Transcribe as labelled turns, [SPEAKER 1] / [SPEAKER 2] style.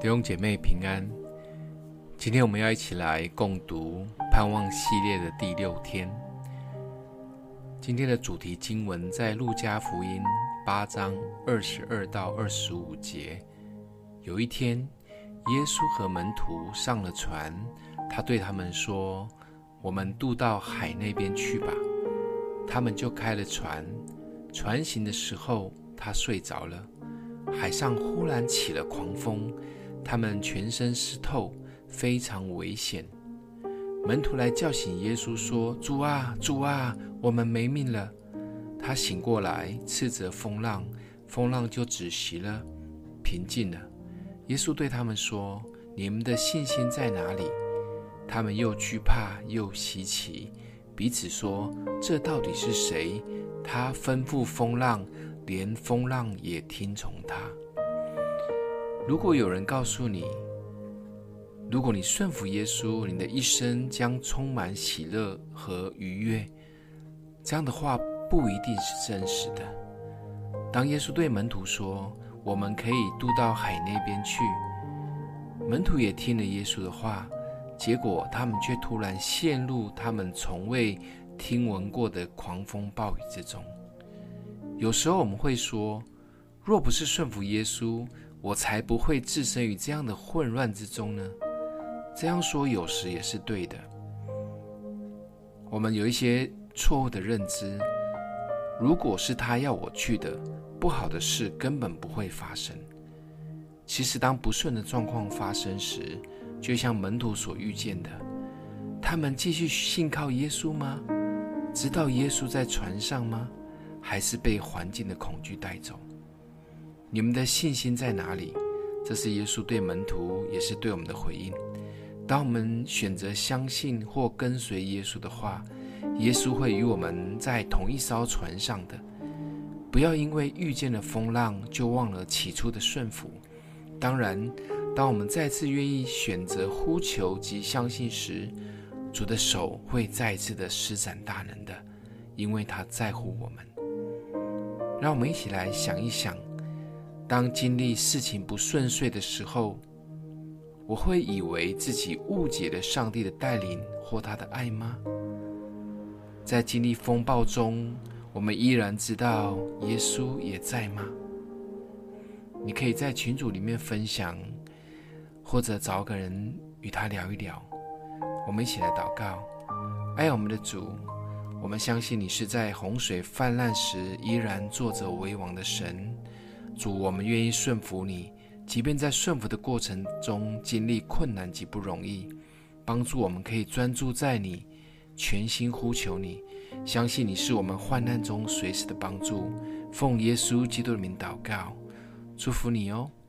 [SPEAKER 1] 弟兄姐妹平安。今天我们要一起来共读盼望系列的第6天。今天的主题经文在路加福音8章22到25节。有一天，耶稣和门徒上了船，他对他们说：我们渡到海那边去吧。他们就开了船。船行的时候，他睡着了。海上忽然起了狂风，他们全身湿透，非常危险。门徒来叫醒耶稣说：主啊，主啊，我们没命了。他醒过来，斥责风浪，风浪就止息了，平静了。耶稣对他们说：你们的信心在哪里？他们又惧怕又稀奇，彼此说：这到底是谁？他吩咐风浪，连风浪也听从他。如果有人告诉你，如果你顺服耶稣，你的一生将充满喜乐和愉悦，这样的话不一定是真实的。当耶稣对门徒说我们可以渡到海那边去，门徒也听了耶稣的话，结果他们却突然陷入他们从未听闻过的狂风暴雨之中。有时候我们会说，若不是顺服耶稣，我才不会置身于这样的混乱之中呢。这样说有时也是对的。我们有一些错误的认知，如果是他要我去的，不好的事根本不会发生。其实当不顺的状况发生时，就像门徒所遇见的，他们继续信靠耶稣吗？知道耶稣在船上吗？还是被环境的恐惧带走？你们的信心在哪里？这是耶稣对门徒，也是对我们的回应。当我们选择相信或跟随耶稣的话，耶稣会与我们在同一艘船上的。不要因为遇见了风浪就忘了起初的顺服。当然，当我们再次愿意选择呼求及相信时，主的手会再一次的施展大能的，因为他在乎我们。让我们一起来想一想，当经历事情不顺遂的时候，我会以为自己误解了上帝的带领或他的爱吗？在经历风暴中，我们依然知道耶稣也在吗？你可以在群组里面分享，或者找个人与他聊一聊。我们一起来祷告。爱我们的主，我们相信你是在洪水泛滥时依然坐着为王的神。主，我们愿意顺服你，即便在顺服的过程中经历困难及不容易，帮助我们可以专注在你，全心呼求你，相信你是我们患难中随时的帮助。奉耶稣基督的名祷告，祝福你哦。